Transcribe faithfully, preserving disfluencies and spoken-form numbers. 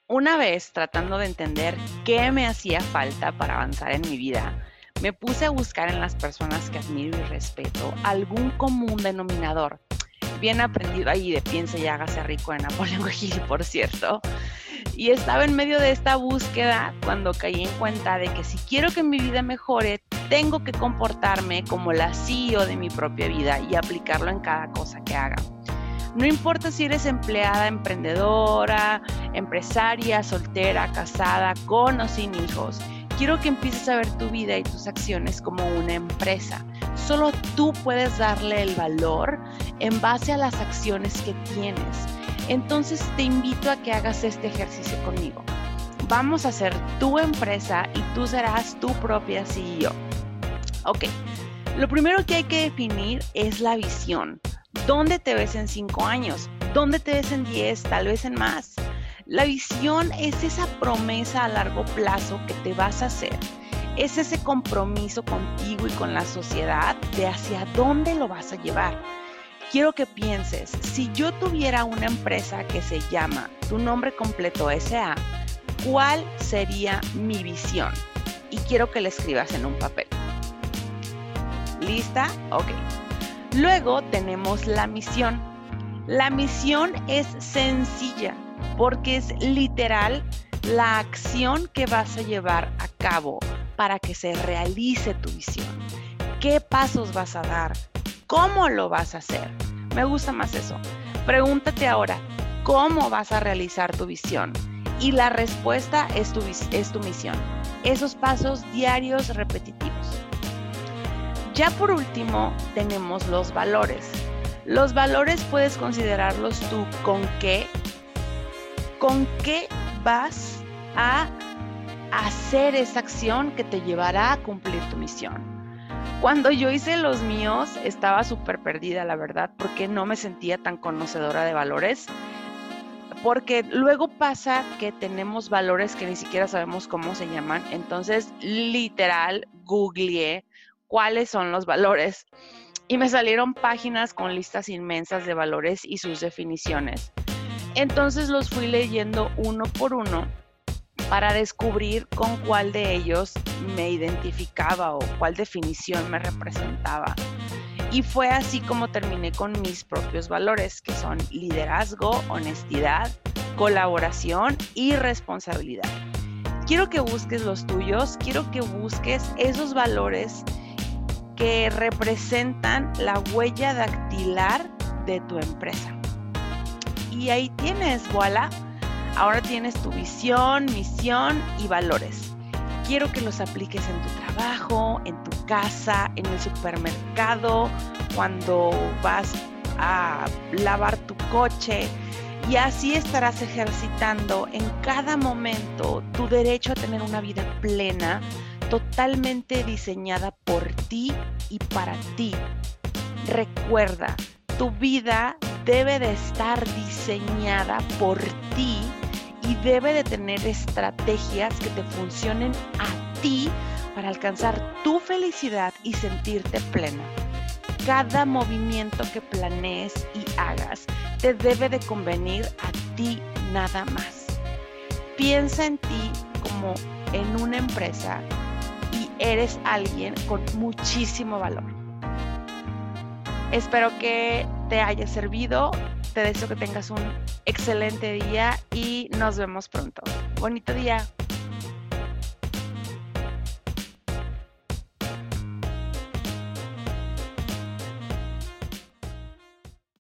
Una vez, tratando de entender qué me hacía falta para avanzar en mi vida, me puse a buscar en las personas que admiro y respeto algún común denominador. Bien aprendido ahí de piense y hágase rico de Napoleón Hill, por cierto. Y estaba en medio de esta búsqueda cuando caí en cuenta de que si quiero que mi vida mejore, tengo que comportarme como la C E O de mi propia vida y aplicarlo en cada cosa que haga. No importa si eres empleada, emprendedora, empresaria, soltera, casada, con o sin hijos. Quiero que empieces a ver tu vida y tus acciones como una empresa. Solo tú puedes darle el valor en base a las acciones que tienes. Entonces te invito a que hagas este ejercicio conmigo. Vamos a ser tu empresa y tú serás tu propia C E O. Ok, lo primero que hay que definir es la visión. ¿Dónde te ves en cinco años? ¿Dónde te ves en diez? Tal vez en más. La visión es esa promesa a largo plazo que te vas a hacer. Es ese compromiso contigo y con la sociedad de hacia dónde lo vas a llevar. Quiero que pienses, si yo tuviera una empresa que se llama tu nombre completo S A, ¿cuál sería mi visión? Y quiero que la escribas en un papel. ¿Lista? Ok. Luego tenemos la misión. La misión es sencilla porque es literal la acción que vas a llevar a cabo para que se realice tu visión. ¿Qué pasos vas a dar? ¿Cómo lo vas a hacer? Me gusta más eso. Pregúntate ahora, ¿cómo vas a realizar tu visión? Y la respuesta es tu, es tu misión. Esos pasos diarios repetitivos. Ya por último, tenemos los valores. Los valores puedes considerarlos tú con qué, con qué vas a hacer esa acción que te llevará a cumplir tu misión. Cuando yo hice los míos, estaba súper perdida, la verdad, porque no me sentía tan conocedora de valores. Porque luego pasa que tenemos valores que ni siquiera sabemos cómo se llaman. Entonces, literal, googleé cuáles son los valores y me salieron páginas con listas inmensas de valores y sus definiciones. Entonces los fui leyendo uno por uno para descubrir con cuál de ellos me identificaba o cuál definición me representaba. Y fue así como terminé con mis propios valores, que son liderazgo, honestidad, colaboración y responsabilidad. Quiero que busques los tuyos, quiero que busques esos valores que representan la huella dactilar de tu empresa. Y ahí tienes, voilà. Ahora tienes tu visión, misión y valores. Quiero que los apliques en tu trabajo, en tu casa, en el supermercado, cuando vas a lavar tu coche. Y así estarás ejercitando en cada momento tu derecho a tener una vida plena, totalmente diseñada por ti y para ti. Recuerda, tu vida debe de estar diseñada por ti y debe de tener estrategias que te funcionen a ti para alcanzar tu felicidad y sentirte plena. Cada movimiento que planees y hagas te debe de convenir a ti nada más. Piensa en ti como en una empresa y eres alguien con muchísimo valor. Espero que te haya servido. Te deseo que tengas un excelente día y nos vemos pronto. Bonito día.